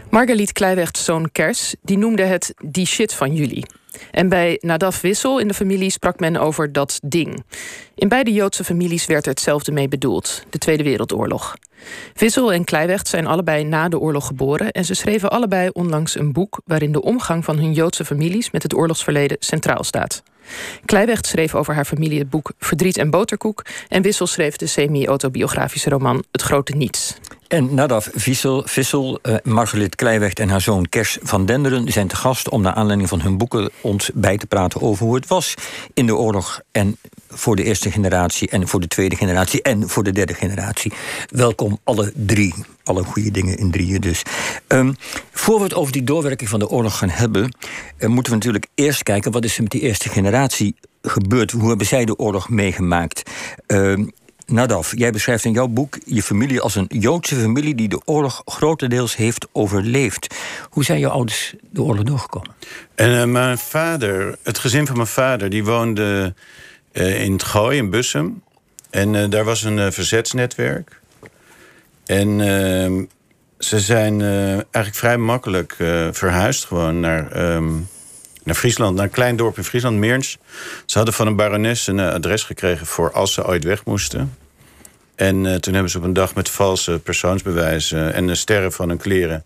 Margaliet Kleiwechts zoon Kers die noemde het die shit van jullie. En bij Nadav Wissel in de familie sprak men over dat ding. In beide Joodse families werd er hetzelfde mee bedoeld: de Tweede Wereldoorlog. Wissel en Kleiwechts zijn allebei na de oorlog geboren en ze schreven allebei onlangs een boek waarin de omgang van hun Joodse families met het oorlogsverleden centraal staat. Kleiwechts schreef over haar familie het boek Verdriet en Boterkoek en Wissel schreef de semi-autobiografische roman Het Grote Niets. En Nadav Wissel, Margaliet Kleiwechts en haar zoon Kers van Denderen zijn te gast om naar aanleiding van hun boeken ons bij te praten over hoe het was in de oorlog en voor de eerste generatie en voor de tweede generatie en voor de derde generatie. Welkom alle drie. Alle goede dingen in drieën dus. Voor we het over die doorwerking van de oorlog gaan hebben, moeten we natuurlijk eerst kijken wat is er met die eerste generatie gebeurd. Hoe hebben zij de oorlog meegemaakt? Nadav, jij beschrijft in jouw boek je familie als een Joodse familie die de oorlog grotendeels heeft overleefd. Hoe zijn jouw ouders de oorlog doorgekomen? En mijn vader, het gezin van mijn vader, die woonde in het Gooi, in Bussum. En daar was een verzetsnetwerk. En ze zijn eigenlijk vrij makkelijk verhuisd gewoon naar Friesland, naar een klein dorp in Friesland, Meerns. Ze hadden van een barones een adres gekregen voor als ze ooit weg moesten. En toen hebben ze op een dag met valse persoonsbewijzen en de sterren van hun kleren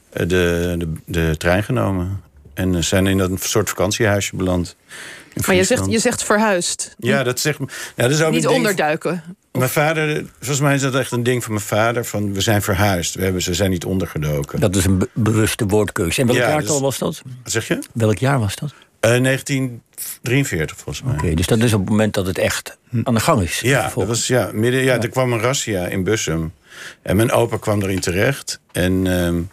de trein genomen. En zijn in dat soort vakantiehuisje beland. Maar je zegt verhuisd. Ja, dat zegt... Ja, dat is ook niet onderduiken. Mijn vader, volgens mij is dat echt een ding van mijn vader. Van we zijn verhuisd, ze zijn niet ondergedoken. Dat is een bewuste woordkeuze. En welk jaartal was dat? Wat zeg je? Welk jaar was dat? 1943 volgens mij. Oké, dus dat is op het moment dat het echt aan de gang is. Ja, dat was, er kwam een razzia in Bussum. En mijn opa kwam erin terecht. En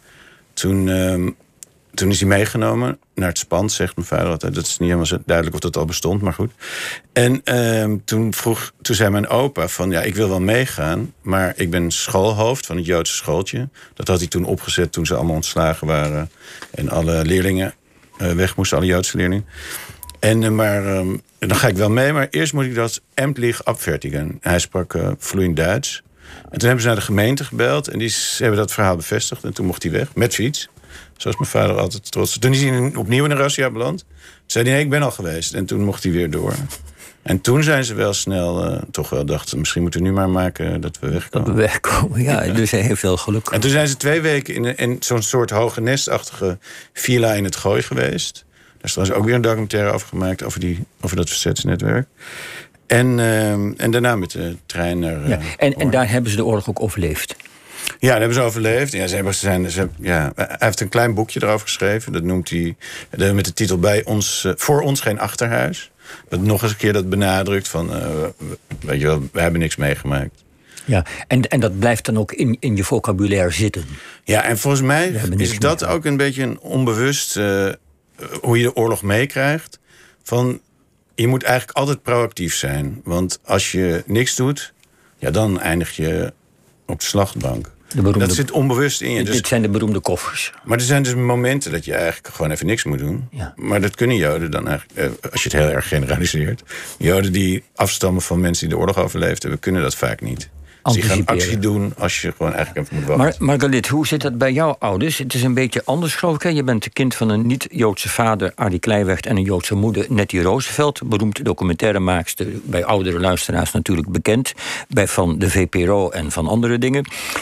toen is hij meegenomen naar het Spand, zegt mijn vader altijd. Dat is niet helemaal zo duidelijk of dat al bestond, maar goed. En toen zei mijn opa van, ja, ik wil wel meegaan, maar ik ben schoolhoofd van het Joodse schooltje. Dat had hij toen opgezet toen ze allemaal ontslagen waren. En alle leerlingen weg moesten, alle Joodse leerlingen. En dan ga ik wel mee, maar eerst moet ik dat amtlich abfertigen. Hij sprak vloeiend Duits. En toen hebben ze naar de gemeente gebeld en ze hebben dat verhaal bevestigd. En toen mocht hij weg, met fiets. Zoals mijn vader altijd trots. Toen is hij opnieuw in een razzia beland. Toen zei hij, nee, ik ben al geweest. En toen mocht hij weer door. En toen zijn ze wel snel toch wel dachten, misschien moeten we nu maar maken dat we wegkomen. Dat we wegkomen, ja. Dus hij heeft wel geluk. En toen zijn ze 2 weken in zo'n soort hoge nestachtige villa in het Gooi geweest. Daar is trouwens ook weer een documentaire over gemaakt over dat verzetsnetwerk. En daarna met de trein naar... Ja, en daar hebben ze de oorlog ook overleefd. Ja, dat hebben ze overleefd. Ja, hij heeft een klein boekje erover geschreven. Dat noemt hij met de titel Voor ons geen achterhuis. Dat nog eens een keer dat benadrukt van... weet je wel, we hebben niks meegemaakt. Ja, en dat blijft dan ook in je vocabulaire zitten. Ja, en volgens mij is dat ook een beetje een onbewust... hoe je de oorlog meekrijgt. Van, je moet eigenlijk altijd proactief zijn. Want als je niks doet, ja, dan eindig je op de slachtbank. Dat zit onbewust in je. Dit zijn de beroemde koffers. Maar er zijn dus momenten dat je eigenlijk gewoon even niks moet doen. Ja. Maar dat kunnen Joden dan eigenlijk, als je het heel erg generaliseert. Joden die afstammen van mensen die de oorlog overleefd hebben, kunnen dat vaak niet. Dus die gaan actie doen als je gewoon eigenlijk even moet wachten. Maar Margaliet, hoe zit dat bij jouw ouders? Het is een beetje anders, geloof ik. Hè? Je bent een kind van een niet-Joodse vader, Arie Kleiwechts, en een Joodse moeder, Nettie Roosevelt. Beroemd documentairemaakster, bij oudere luisteraars natuurlijk bekend. Van de VPRO en van andere dingen.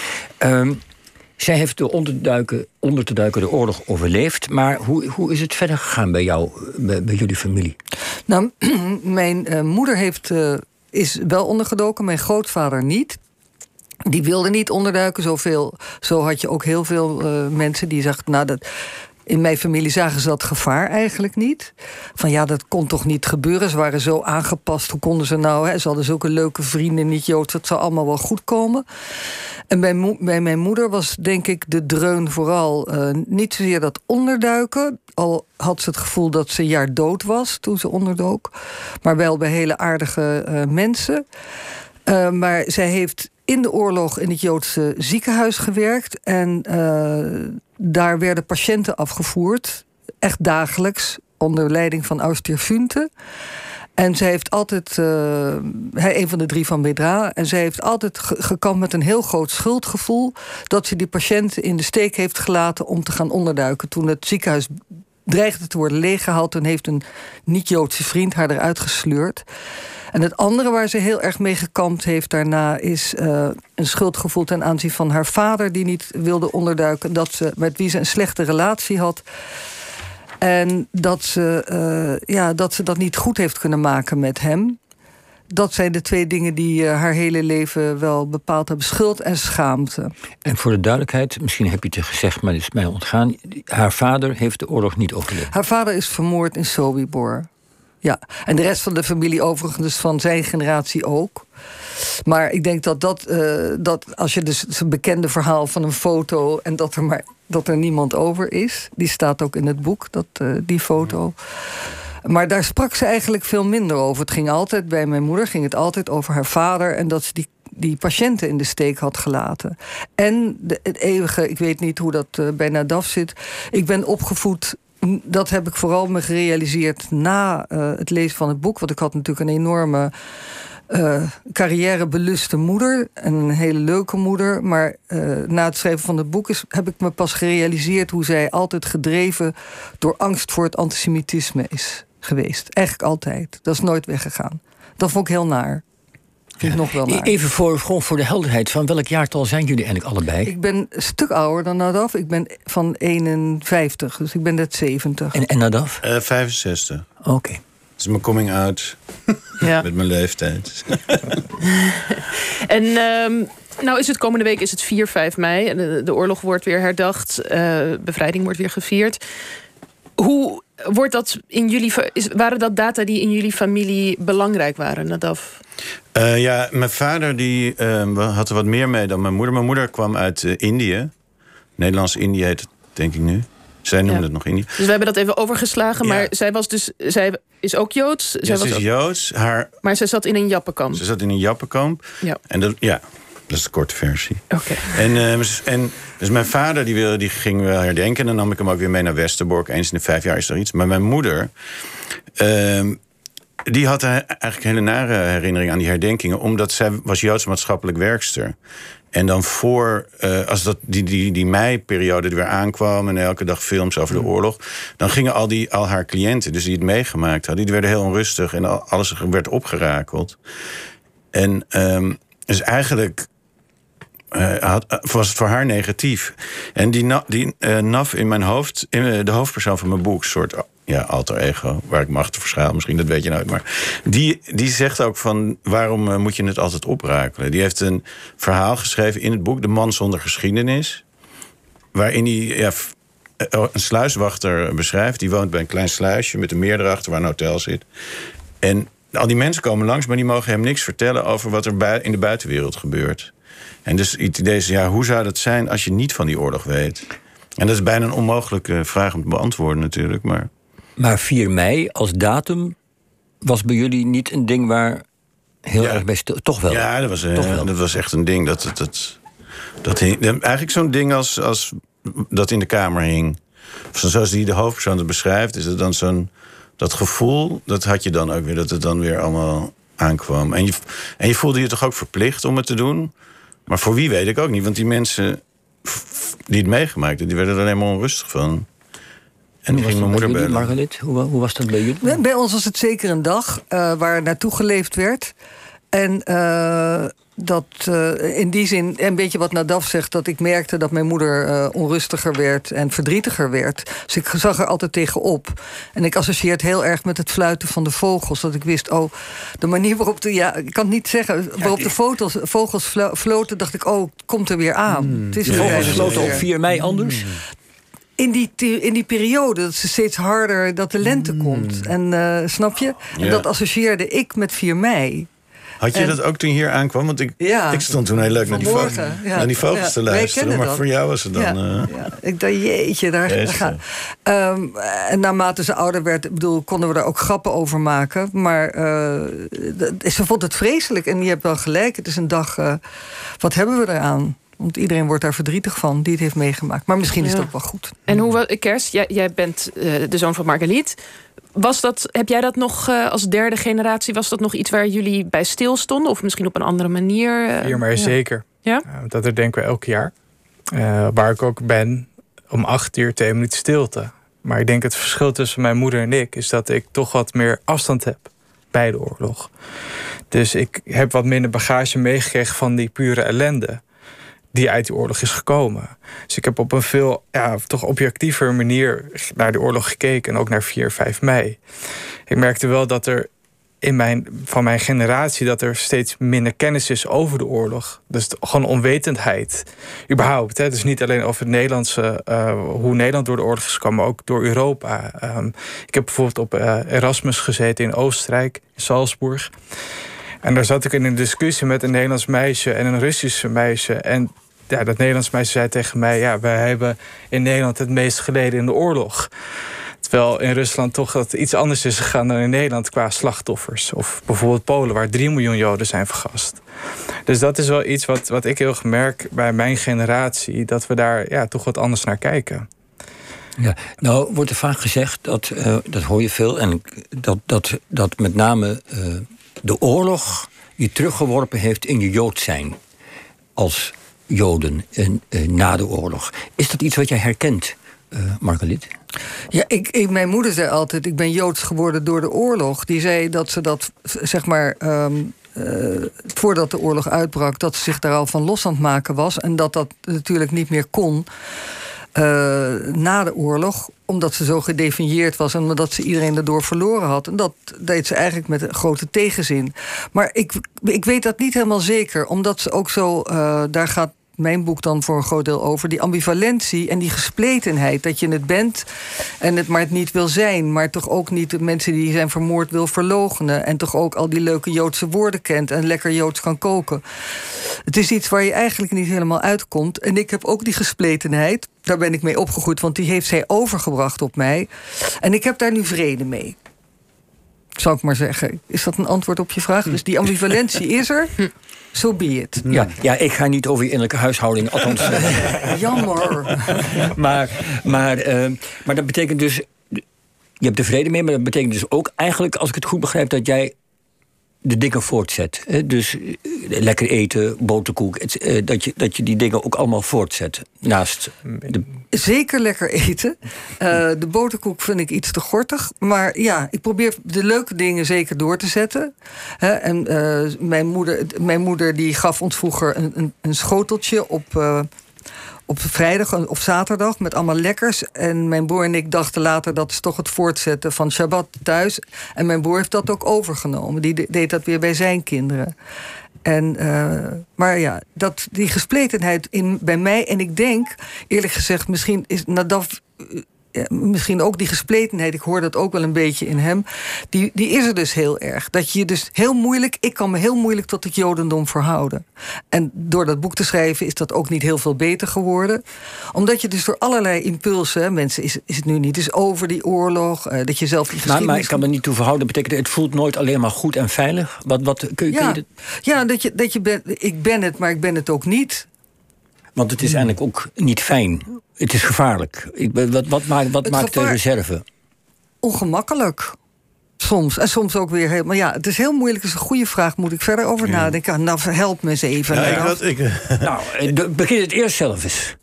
Zij heeft onder te duiken de oorlog overleefd. Maar hoe is het verder gegaan bij jullie familie? Nou, mijn moeder is wel ondergedoken, mijn grootvader niet. Die wilde niet onderduiken zoveel. Zo had je ook heel veel mensen die zagen... in mijn familie zagen ze dat gevaar eigenlijk niet. Van ja, dat kon toch niet gebeuren. Ze waren zo aangepast. Hoe konden ze nou... Hè? Ze hadden zulke leuke vrienden, niet Joods. Dat zou allemaal wel goed komen. En bij mijn moeder was denk ik de dreun vooral... niet zozeer dat onderduiken. Al had ze het gevoel dat ze een jaar dood was toen ze onderdook. Maar wel bij hele aardige mensen. Maar zij heeft in de oorlog in het Joodse ziekenhuis gewerkt. En daar werden patiënten afgevoerd. Echt dagelijks, onder leiding van Austir Funte. En zij heeft altijd, een van de 3 van Bedra... en zij heeft altijd gekampt met een heel groot schuldgevoel... dat ze die patiënten in de steek heeft gelaten om te gaan onderduiken. Toen het ziekenhuis dreigde te worden leeggehaald... toen heeft een niet-Joodse vriend haar eruit gesleurd. En het andere waar ze heel erg mee gekampt heeft daarna... is een schuldgevoel ten aanzien van haar vader... die niet wilde onderduiken, met wie ze een slechte relatie had... En dat ze dat niet goed heeft kunnen maken met hem. Dat zijn de 2 dingen die haar hele leven wel bepaald hebben. Schuld en schaamte. En voor de duidelijkheid, misschien heb je het gezegd, maar het is mij ontgaan. Haar vader heeft de oorlog niet overleefd. Haar vader is vermoord in Sobibor. Ja, en de rest van de familie overigens van zijn generatie ook. Maar ik denk dat als je dus het bekende verhaal van een foto... en dat er niemand over is... die staat ook in het boek, die foto... Maar daar sprak ze eigenlijk veel minder over. Het ging altijd, bij mijn moeder ging het altijd over haar vader... en dat ze die patiënten in de steek had gelaten. En het eeuwige, ik weet niet hoe dat bij Nadav zit... ik ben opgevoed, dat heb ik vooral me gerealiseerd... na het lezen van het boek, want ik had natuurlijk een enorme... carrièrebeluste moeder, een hele leuke moeder... maar na het schrijven van het boek heb ik me pas gerealiseerd... hoe zij altijd gedreven door angst voor het antisemitisme is geweest. Eigenlijk altijd. Dat is nooit weggegaan. Dat vond ik heel naar. Vind ik nog wel naar. Even voor de helderheid, van welk jaartal zijn jullie eigenlijk allebei? Ik ben een stuk ouder dan Nadav. Ik ben van 51, dus ik ben net 70. En Nadav? 65. Oké. Dat is mijn coming out met mijn leeftijd. En nou is het komende week 4, 5 mei. De oorlog wordt weer herdacht. Bevrijding wordt weer gevierd. Hoe wordt dat in jullie... waren dat data die in jullie familie belangrijk waren, Nadav? Ja, mijn vader die had er wat meer mee dan mijn moeder. Mijn moeder kwam uit Indië. Nederlands-Indië heet het, denk ik nu. Zij noemde het nog Indië. Dus we hebben dat even overgeslagen. Maar zij is ook Joods. Ze is Joods. Maar zij zat in een jappenkamp. Ze zat in een jappenkamp. Ja. En dat is de korte versie. Oké. En dus mijn vader die ging wel herdenken. En dan nam ik hem ook weer mee naar Westerbork. Eens in de 5 jaar is er iets. Maar mijn moeder... die had eigenlijk hele nare herinnering aan die herdenkingen. Omdat zij was Joods maatschappelijk werkster. En dan als die mei-periode er weer aankwam... en elke dag films over de oorlog... dan gingen al haar cliënten, dus die het meegemaakt hadden... die werden heel onrustig en alles werd opgerakeld. En dus eigenlijk was het voor haar negatief. En die Naf in mijn hoofd, de hoofdpersoon van mijn boek... soort alter ego, waar ik me achter verschuil, misschien, dat weet je nooit. Maar die zegt ook van, waarom moet je het altijd oprakelen? Die heeft een verhaal geschreven in het boek, De Man zonder geschiedenis... waarin hij een sluiswachter beschrijft. Die woont bij een klein sluisje met een meer erachter waar een hotel zit. En al die mensen komen langs, maar die mogen hem niks vertellen... over wat er in de buitenwereld gebeurt. En dus het idee is, hoe zou dat zijn als je niet van die oorlog weet? En dat is bijna een onmogelijke vraag om te beantwoorden natuurlijk, Maar 4 mei als datum was bij jullie niet een ding waar heel erg bij toch wel? Ja, dat was echt een ding. Dat hing, eigenlijk zo'n ding als dat in de kamer hing. Zoals die de hoofdpersoon het beschrijft, is het dan dat gevoel, dat had je dan ook weer, dat het dan weer allemaal aankwam. En je voelde je toch ook verplicht om het te doen? Maar voor wie weet ik ook niet, want die mensen die het meegemaakt hebben, die werden er helemaal onrustig van. En die ging mijn moeder bellen. Margaret, hoe was dat bij jullie? Bij ons was het zeker een dag waar naartoe geleefd werd. En dat in die zin, een beetje wat Nadav zegt... dat ik merkte dat mijn moeder onrustiger werd en verdrietiger werd. Dus ik zag er altijd tegenop. En ik associeer het heel erg met het fluiten van de vogels. Dat ik wist, de manier waarop ik kan het niet zeggen... waarop de vogels floten, dacht ik, het komt er weer aan. Het is de vogels floten op 4 mei anders? In die periode, dat ze steeds harder, dat de lente komt. En snap je? En dat associeerde ik met 4 mei. Had je dat ook toen je hier aankwam? Want ik stond toen heel leuk naar die vogels te luisteren. Maar voor jou was het dan... Ik dacht, jeetje, daar gaan. En naarmate ze ouder werd, konden we daar ook grappen over maken. Maar ze vond het vreselijk. En je hebt wel gelijk, het is een dag... wat hebben we eraan? Want iedereen wordt daar verdrietig van die het heeft meegemaakt. Maar misschien is het ook wel goed. En Kers, jij bent de zoon van Margaliet. Heb jij dat nog als derde generatie... was dat nog iets waar jullie bij stilstonden? Of misschien op een andere manier? Hier maar zeker. Ja? Dat herdenken we elk jaar. Waar ik ook ben, om 8 uur 2 minuten stilte. Maar ik denk het verschil tussen mijn moeder en ik... is dat ik toch wat meer afstand heb bij de oorlog. Dus ik heb wat minder bagage meegekregen van die pure ellende... die uit die oorlog is gekomen. Dus ik heb op een veel toch objectiever manier naar de oorlog gekeken... en ook naar 4, 5 mei. Ik merkte wel dat er van mijn generatie... dat er steeds minder kennis is over de oorlog. Dus gewoon onwetendheid. Überhaupt. Dus niet alleen over het Nederlandse... hoe Nederland door de oorlog is gekomen... maar ook door Europa. Ik heb bijvoorbeeld op Erasmus gezeten in Oostenrijk... in Salzburg. En daar zat ik in een discussie met een Nederlands meisje... en een Russische meisje... En dat Nederlands meisje zei tegen mij... wij hebben in Nederland het meest geleden in de oorlog. Terwijl in Rusland toch dat iets anders is gegaan dan in Nederland... qua slachtoffers. Of bijvoorbeeld Polen, waar 3 miljoen Joden zijn vergast. Dus dat is wel iets wat ik heel erg merk bij mijn generatie... dat we daar toch wat anders naar kijken. Ja, nou wordt er vaak gezegd, dat hoor je veel... en dat met name de oorlog je teruggeworpen heeft in je Jood zijn... als Joden na de oorlog. Is dat iets wat jij herkent, Margaliet? Ja, mijn moeder zei altijd... ik ben Joods geworden door de oorlog. Die zei dat ze dat, zeg maar... voordat de oorlog uitbrak... dat ze zich daar al van los aan het maken was... en dat natuurlijk niet meer kon... na de oorlog, omdat ze zo gedefinieerd was... en omdat ze iedereen erdoor verloren had. En dat deed ze eigenlijk met een grote tegenzin. Maar ik weet dat niet helemaal zeker... omdat ze ook zo, daar gaat mijn boek dan voor een groot deel over... die ambivalentie en die gespletenheid. Dat je het bent en het maar het niet wil zijn... maar toch ook niet de mensen die zijn vermoord wil verloochenen... en toch ook al die leuke Joodse woorden kent... en lekker Joods kan koken. Het is iets waar je eigenlijk niet helemaal uitkomt. En ik heb ook die gespletenheid. Daar ben ik mee opgegroeid, want die heeft zij overgebracht op mij. En ik heb daar nu vrede mee. Zou ik maar zeggen. Is dat een antwoord op je vraag? Dus die ambivalentie is er. So be it. Ja, ik ga niet over je innerlijke huishouding. Althans, jammer. maar dat betekent dus... Je hebt er vrede mee, maar dat betekent dus ook eigenlijk... als ik het goed begrijp, dat jij de dingen voortzet. Dus lekker eten, boterkoek... dat je die dingen ook allemaal voortzet. Naast Zeker lekker eten. De boterkoek vind ik iets te gortig. Maar ja, ik probeer de leuke dingen zeker door te zetten. En mijn moeder die gaf ons vroeger een schoteltje op vrijdag of zaterdag met allemaal lekkers. En mijn broer en ik dachten later dat is toch het voortzetten van Shabbat thuis. En mijn broer heeft dat ook overgenomen. Die deed dat weer bij zijn kinderen. Maar ja, die gespletenheid bij mij... en ik denk, eerlijk gezegd, misschien is Nadav... misschien ook die gespletenheid, ik hoor dat ook wel een beetje in hem... die is er dus heel erg. Dat je dus heel moeilijk... Ik kan me heel moeilijk tot het Jodendom verhouden. En door dat boek te schrijven is dat ook niet heel veel beter geworden. Omdat je dus door allerlei impulsen... mensen, is het nu niet eens over die oorlog... dat je zelf die geschiedenis... Maar ik kan me niet toe verhouden. Betekent het voelt nooit alleen maar goed en veilig? Kun je ja, dat je bent... Ik ben het, maar ik ben het ook niet... Want het is eigenlijk ook niet fijn. Het is gevaarlijk. Wat maakt de reserve? Ongemakkelijk. Soms. En soms ook weer helemaal... Ja, het is heel moeilijk. Het is een goede vraag. Moet ik verder over nadenken? Nou, help me eens even. Begin het eerst zelf eens.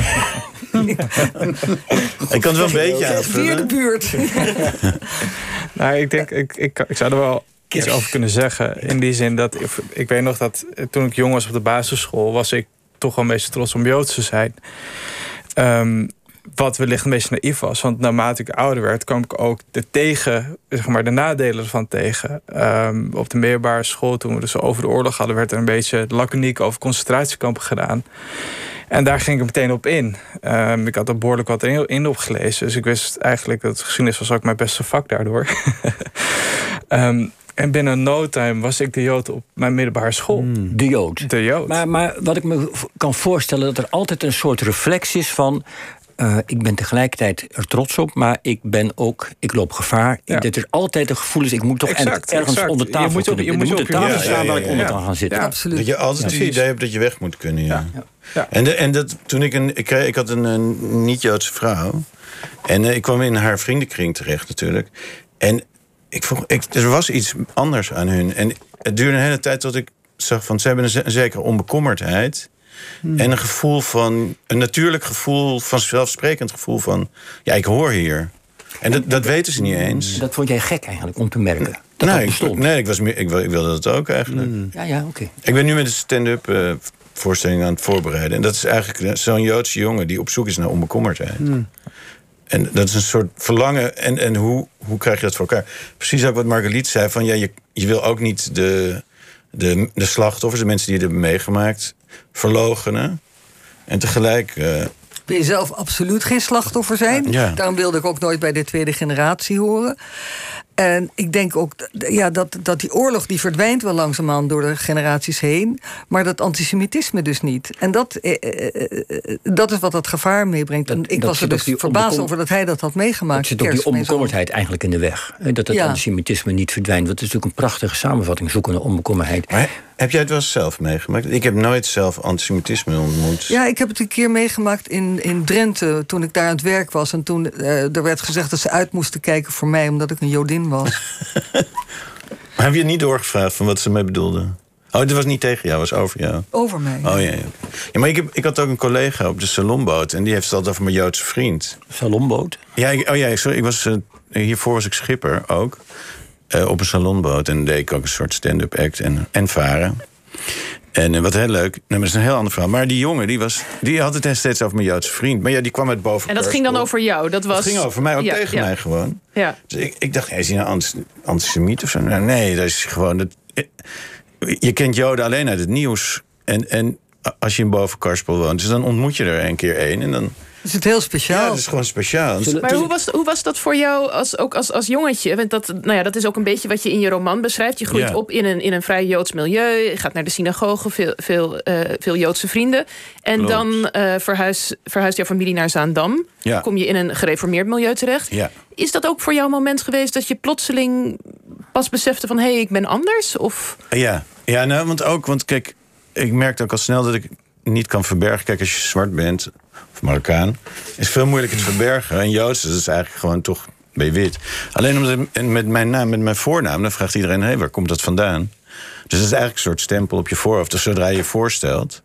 Ik kan het wel een beetje aanvullen. Vierde buurt. Nou, ik denk... Ik zou er wel iets over kunnen zeggen. In die zin dat... Ik weet nog dat toen ik jong was op de basisschool... was ik toch wel een beetje trots om Joods te zijn. Wat wellicht een beetje naïef was. Want naarmate ik ouder werd, kwam ik ook de nadelen ervan tegen. Op de middelbare school, toen we dus over de oorlog hadden... werd er een beetje laconiek over concentratiekampen gedaan. En daar ging ik meteen op in. Ik had er behoorlijk wat in opgelezen. Dus ik wist eigenlijk dat geschiedenis was ook mijn beste vak daardoor. En binnen no time was ik de Jood op mijn middelbare school. De Jood. De Jood. Maar wat ik me kan voorstellen... dat er altijd een soort reflex is van... ik ben tegelijkertijd er trots op, maar ik loop gevaar. Ja. Dat er altijd een gevoel is, ik moet toch ergens onder tafel kunnen. Je moet op tafel staan waar ik onder kan gaan zitten. Ja, absoluut. Dat je altijd het idee hebt dat je weg moet kunnen. Ja. Ja. En dat, toen ik had een niet-Joodse vrouw. En ik kwam in haar vriendenkring terecht natuurlijk. En er was iets anders aan hun. En het duurde een hele tijd tot ik zag van, ze hebben een zekere onbekommerdheid. En een natuurlijk gevoel, vanzelfsprekend gevoel van, ja, ik hoor hier. En dat weten ze niet eens. Dat vond jij gek eigenlijk, om te merken. Dat bestond. Ik wilde dat ook eigenlijk. Ja, oké. Ik ben nu met een stand-up voorstelling aan het voorbereiden. En dat is eigenlijk zo'n Joodse jongen die op zoek is naar onbekommerdheid. En dat is een soort verlangen. En hoe krijg je dat voor elkaar? Precies ook wat Marguerite zei. Van, ja, je wil ook niet de slachtoffers, de mensen die het hebben meegemaakt, verloochenen. En tegelijk wil je zelf absoluut geen slachtoffer zijn. Ja. Daarom wilde ik ook nooit bij de tweede generatie horen. En ik denk ook dat die oorlog die verdwijnt wel langzaamaan door de generaties heen. Maar dat antisemitisme dus niet. En dat is wat dat gevaar meebrengt. En ik was er dus verbaasd over dat hij dat had meegemaakt. Dat zit ook die onbekommerdheid eigenlijk in de weg. Dat het antisemitisme niet verdwijnt. Want het is natuurlijk een prachtige samenvatting, zoeken naar onbekommerdheid. Maar heb jij het wel zelf meegemaakt? Ik heb nooit zelf antisemitisme ontmoet. Ja, ik heb het een keer meegemaakt in Drenthe, toen ik daar aan het werk was. En toen er werd gezegd dat ze uit moesten kijken voor mij, omdat ik een Jodin was. Maar heb je het niet doorgevraagd van wat ze mee bedoelden? Oh, het was niet tegen jou, het was over jou. Over mij. Oh ja. Ja, maar ik had ook een collega op de salonboot en die heeft het altijd over mijn Joodse vriend. Salonboot? Ja, sorry, hiervoor was ik schipper ook. Op een salonboot en deed ik ook een soort stand-up act en varen. En wat heel leuk, dat is een heel ander verhaal. Maar die jongen, die had het steeds over mijn Joodse vriend. Maar ja, die kwam uit boven. En dat ging dan over jou? Dat ging over mij, ook tegen mij gewoon. Ja. Dus ik dacht, is hij nou antisemiet of zo? Nou, nee, dat is gewoon... Je kent Joden alleen uit het nieuws. En als je in Boven-Karspel woont, dus dan ontmoet je er een keer één en dan... Is het heel speciaal? Ja, dat is gewoon speciaal. Maar hoe was dat voor jou als jongetje? Want dat is ook een beetje wat je in je roman beschrijft. Je groeit op in een vrij Joods milieu. Je gaat naar de synagoge, veel Joodse vrienden. En Klopt. Dan verhuist jouw familie naar Zaandam. Ja. Kom je in een gereformeerd milieu terecht. Ja. Is dat ook voor jou een moment geweest dat je plotseling pas besefte van, hé, ik ben anders? Of... Ja, want kijk, ik merkte ook al snel dat ik niet kan verbergen. Kijk, als je zwart bent, of Marokkaan, is het veel moeilijker te verbergen. En Joods, dat is eigenlijk gewoon toch, ben je wit. Alleen omdat met mijn naam, met mijn voornaam, dan vraagt iedereen, hé, waar komt dat vandaan? Dus dat is eigenlijk een soort stempel op je voorhoofd. Dus zodra je je voorstelt.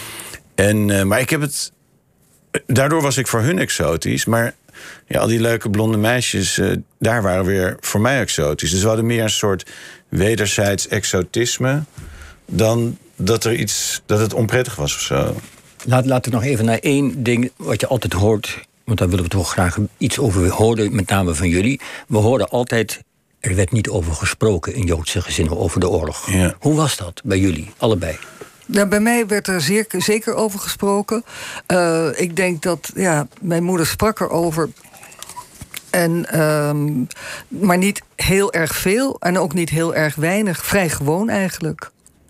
Maar ik heb het... Daardoor was ik voor hun exotisch, maar ja, al die leuke blonde meisjes, daar waren weer voor mij exotisch. Dus we hadden meer een soort wederzijds exotisme dan dat het onprettig was of zo. Laten we nog even naar één ding wat je altijd hoort, want daar willen we toch graag iets over horen, met name van jullie. We hoorden altijd, er werd niet over gesproken in Joodse gezinnen over de oorlog. Ja. Hoe was dat bij jullie, allebei? Nou, bij mij werd er zeker over gesproken. Ik denk dat, mijn moeder sprak erover. Maar niet heel erg veel en ook niet heel erg weinig. Vrij gewoon eigenlijk.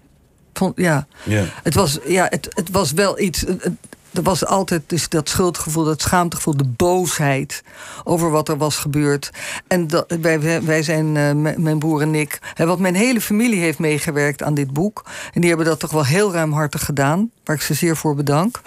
Het was wel iets... Er was altijd dus dat schuldgevoel, dat schaamtegevoel, de boosheid over wat er was gebeurd. En wij zijn, mijn broer en ik, wat mijn hele familie heeft meegewerkt aan dit boek. En die hebben dat toch wel heel ruimhartig gedaan, waar ik ze zeer voor bedank.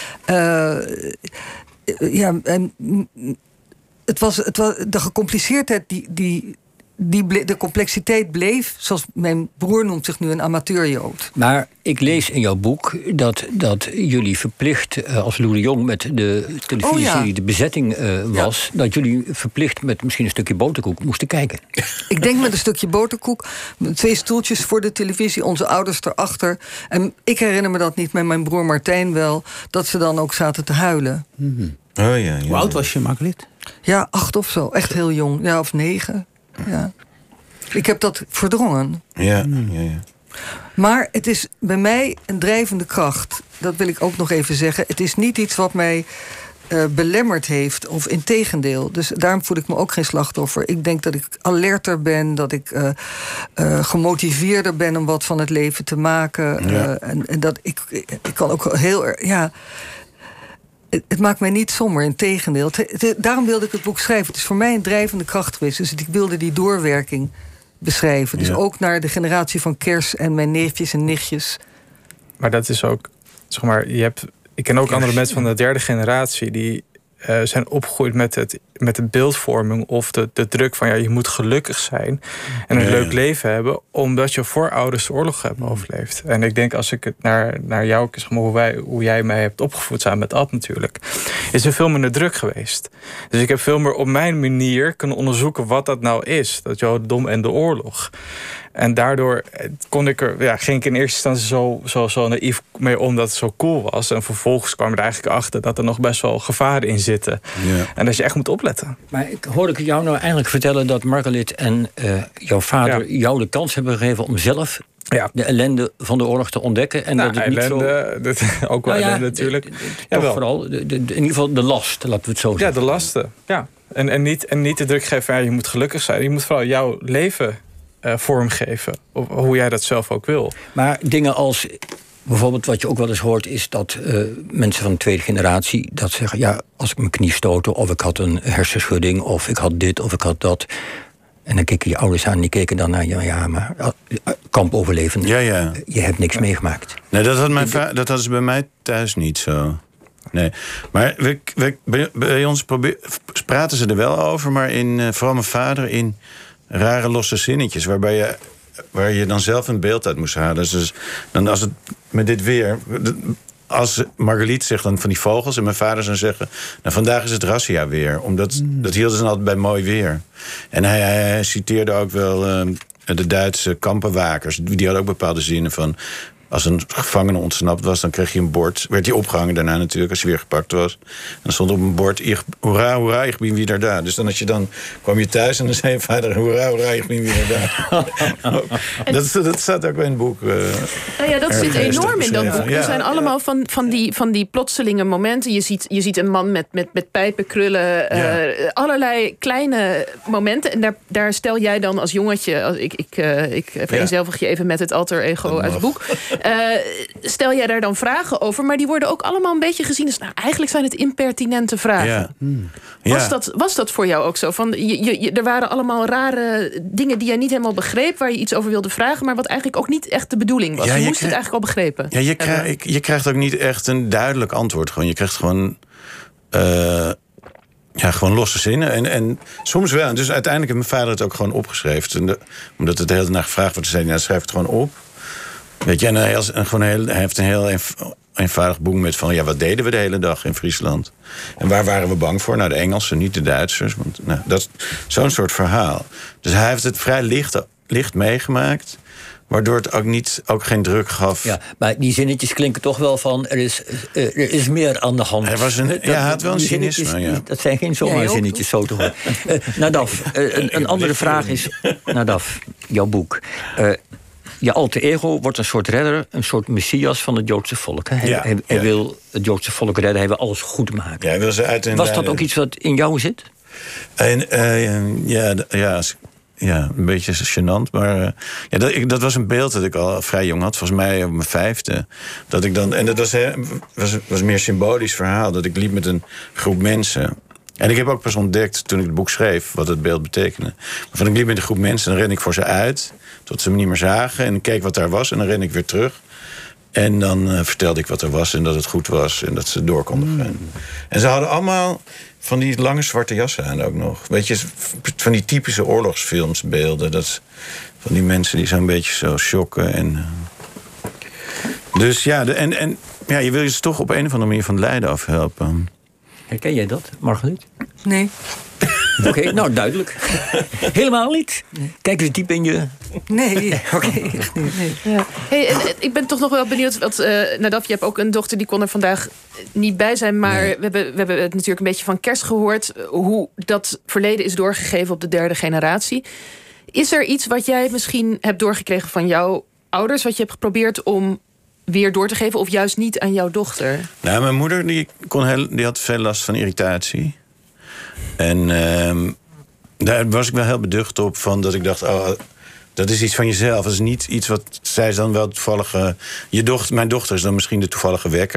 Het was de gecompliceerdheid de complexiteit bleef, zoals mijn broer noemt zich nu, een amateurjood. Maar ik lees in jouw boek dat jullie verplicht, als Lou de Jong met de televisieserie De Bezetting was, dat jullie verplicht met misschien een stukje boterkoek moesten kijken. Ik denk met een stukje boterkoek, met 2 stoeltjes voor de televisie, onze ouders erachter. En ik herinner me dat niet, met mijn broer Martijn wel, dat ze dan ook zaten te huilen. Mm-hmm. Oh ja. Hoe oud was je, Marguerite? Ja, 8 of zo. Echt heel jong. Ja, of 9. Ja. Ik heb dat verdrongen. Ja. Maar het is bij mij een drijvende kracht. Dat wil ik ook nog even zeggen. Het is niet iets wat mij belemmerd heeft, of integendeel. Dus daarom voel ik me ook geen slachtoffer. Ik denk dat ik alerter ben, dat ik gemotiveerder ben om wat van het leven te maken. Ja. En dat ik kan ook heel erg... Ja, Het maakt mij niet somber, integendeel. Daarom wilde ik het boek schrijven. Het is voor mij een drijvende kracht geweest. Dus ik wilde die doorwerking beschrijven. Dus ook naar de generatie van Kers en mijn neefjes en nichtjes. Maar dat is ook, zeg maar, ik ken ook andere mensen van de derde generatie die zijn opgegroeid met de beeldvorming of de druk van je moet gelukkig zijn en een leuk leven hebben, omdat je voorouders de oorlog hebben overleefd. En ik denk, als ik het naar jou, zeg maar, hoe jij mij hebt opgevoed, samen met Ad natuurlijk, is er veel minder druk geweest. Dus ik heb veel meer op mijn manier kunnen onderzoeken wat dat nou is, dat jodendom en de oorlog. En daardoor ging ik in eerste instantie zo naïef mee om dat het zo cool was. En vervolgens kwam ik er eigenlijk achter dat er nog best wel gevaren in zitten. Ja. En dat je echt moet opletten. Maar hoor ik jou nou eigenlijk vertellen dat Margalit en jouw vader jou de kans hebben gegeven om zelf de ellende van de oorlog te ontdekken? En dat het ellende, niet zo... ook wel ellende natuurlijk. Toch vooral, in ieder geval de last, laten we het zo zeggen. Ja, de lasten. Ja. En niet de druk geven, je moet gelukkig zijn. Je moet vooral jouw leven vormgeven. Hoe jij dat zelf ook wil. Maar dingen als, bijvoorbeeld wat je ook wel eens hoort, is dat mensen van de tweede generatie dat zeggen, als ik mijn knie stootte, of ik had een hersenschudding, of ik had dit, of ik had dat. En dan keken je ouders aan en die keken dan naar, maar kampoverlevend. Ja. Je hebt niks meegemaakt. Nee, dat hadden ze bij mij thuis niet zo. Nee, maar bij ons praten ze er wel over, maar vooral mijn vader in rare losse zinnetjes, waar je dan zelf een beeld uit moest halen. Dus dan als het met dit weer, als Margalit zegt dan van die vogels en mijn vader zou zeggen, vandaag is het razzia weer, omdat dat hielden ze altijd bij mooi weer. En hij citeerde ook wel de Duitse kampenwakers, die hadden ook bepaalde zinnen van, als een gevangene ontsnapt was, dan kreeg je een bord. Werd hij opgehangen daarna natuurlijk, als hij weer gepakt was. En dan stond op een bord, hoera, hoera, ik ben weer daar. Dus dan kwam je thuis en dan zei je vader, hoera, hoera, ik ben weer daar. Dat staat ook in het boek. Dat zit enorm in dat boek. Er zijn allemaal van die plotselinge momenten. Je ziet een man met pijpen, krullen, allerlei kleine momenten. En daar stel jij dan als jongetje, ik vereenzelvig je even met het alter ego uit het boek. Stel jij daar dan vragen over, maar die worden ook allemaal een beetje gezien als, eigenlijk zijn het impertinente vragen. Was dat voor jou ook zo? Er waren allemaal rare dingen die jij niet helemaal begreep, waar je iets over wilde vragen, maar wat eigenlijk ook niet echt de bedoeling was. Je moest het eigenlijk al begrepen. Ja, je krijgt ook niet echt een duidelijk antwoord. Je krijgt gewoon gewoon losse zinnen. En soms wel. En dus uiteindelijk heeft mijn vader het ook gewoon opgeschreven. Omdat het de hele tijd naar gevraagd wordt, zei hij, schrijf het gewoon op. Weet je, en hij heeft een heel eenvoudig boek met van, wat deden we de hele dag in Friesland? En waar waren we bang voor? Nou, de Engelsen, niet de Duitsers. Want, dat is zo'n soort verhaal. Dus hij heeft het vrij licht meegemaakt, waardoor het ook geen druk gaf. Ja, maar die zinnetjes klinken toch wel van, er is meer aan de hand. Hij had wel een cynisme. Dat zijn geen zomaar zinnetjes, zo te horen. Nadaf, een andere vraag is, Nadaf, jouw boek. Je alter ego wordt een soort redder, een soort messias van het Joodse volk. Hij wil het Joodse volk redden, hij wil alles goed maken. Ja, hij wil ze uit Was dat ook iets wat in jou zit? Een beetje gênant. Maar dat was een beeld dat ik al vrij jong had. Volgens mij op mijn 5e. Dat ik dan, en dat was meer symbolisch verhaal. Dat ik liep met een groep mensen. En ik heb ook pas ontdekt, toen ik het boek schreef, wat het beeld betekende. Maar ik liep met een groep mensen en dan ren ik voor ze uit, tot ze me niet meer zagen. En ik keek wat daar was en dan ren ik weer terug. En dan vertelde ik wat er was en dat het goed was en dat ze door konden gaan. En ze hadden allemaal van die lange zwarte jassen aan ook nog. Weet je, van die typische oorlogsfilmsbeelden. Dat van die mensen die zo'n beetje zo shocken. En dus je wil je ze toch op een of andere manier van het lijden afhelpen. Herken jij dat, Margalit? Nee. Oké, nou duidelijk. Helemaal niet. Nee. Kijk eens diep in je... Nee. Oké. Nee. Ja. Hey, en ik ben toch nog wel benieuwd. Nadaf, je hebt ook een dochter, die kon er vandaag niet bij zijn. Maar we hebben het natuurlijk een beetje van Kers gehoord. Hoe dat verleden is doorgegeven op de derde generatie. Is er iets wat jij misschien hebt doorgekregen van jouw ouders, wat je hebt geprobeerd om weer door te geven, of juist niet aan jouw dochter? Nou, mijn moeder die had veel last van irritatie. En daar was ik wel heel beducht op, van dat ik dacht, dat is iets van jezelf. Dat is niet iets wat zij dan wel toevallig. Mijn dochter is dan misschien de toevallige wekker.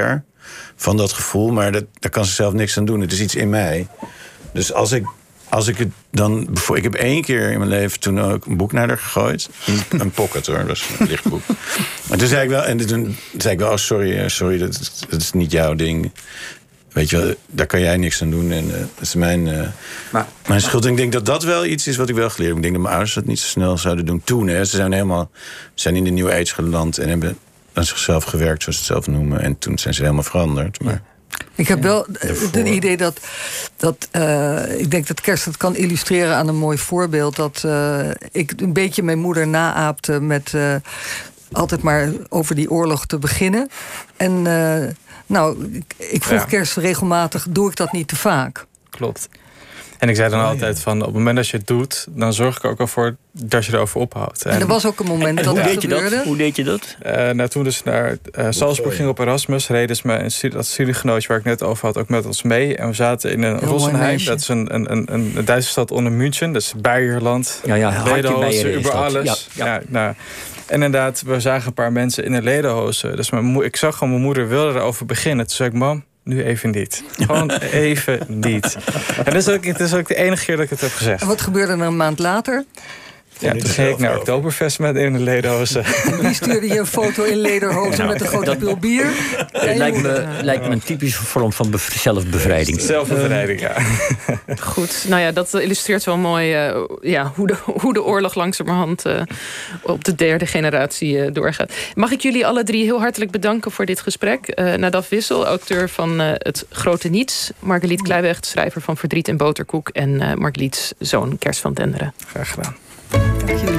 van dat gevoel. Maar daar kan ze zelf niks aan doen. Het is iets in mij. Dus als ik het dan... Ik heb 1 keer in mijn leven toen ook een boek naar haar gegooid. Een pocket, hoor. Dat was een licht boek. Maar toen zei ik wel... En toen zei ik wel, sorry, dat is niet jouw ding. Weet je wel, daar kan jij niks aan doen. En dat is mijn schuld. En ik denk dat dat wel iets is wat ik wel geleerd heb. Ik denk dat mijn ouders dat niet zo snel zouden doen toen. Hè. Ze zijn in de New Age geland en hebben aan zichzelf gewerkt, zoals ze het zelf noemen. En toen zijn ze helemaal veranderd. Maar... Ik heb wel het idee dat ik denk dat Kerst het kan illustreren aan een mooi voorbeeld. Dat ik een beetje mijn moeder naaapte met altijd maar over die oorlog te beginnen. En ik vroeg Kerst regelmatig, doe ik dat niet te vaak? Klopt. En ik zei dan altijd van, op het moment dat je het doet, dan zorg ik ook al voor dat je erover ophoudt. En er was ook een moment dat het gebeurde. Hoe deed je dat? Toen dus naar Salzburg ging op Erasmus, reden ze dat studiegenootje waar ik net over had ook met ons mee. En we zaten in een Rosenheim, dat is een Duitse stad onder München, dat is Beierland. Lederhozen, über alles. Ja. En inderdaad, we zagen een paar mensen in een lederhozen. Dus ik zag gewoon, mijn moeder wilde erover beginnen. Toen zei ik, mam, nu even niet. Gewoon even niet. En dat is ook de enige keer dat ik het heb gezegd. En wat gebeurde er een maand later? Ja, toen ging ik naar Oktoberfest met in een lederhozen. Wie stuurde je een foto in lederhozen met een grote pil bier? Het lijkt me een typische vorm van zelfbevrijding. Zelfbevrijding, ja. Goed, nou ja, dat illustreert wel mooi hoe de oorlog langzamerhand op de 3e generatie doorgaat. Mag ik jullie alle 3 heel hartelijk bedanken voor dit gesprek. Nadav Wissel, auteur van Het Grote Niets. Marguerite Kleiweg, schrijver van Verdriet en Boterkoek. En Marguerite's zoon Kers van Denderen. Graag gedaan. Dank jullie.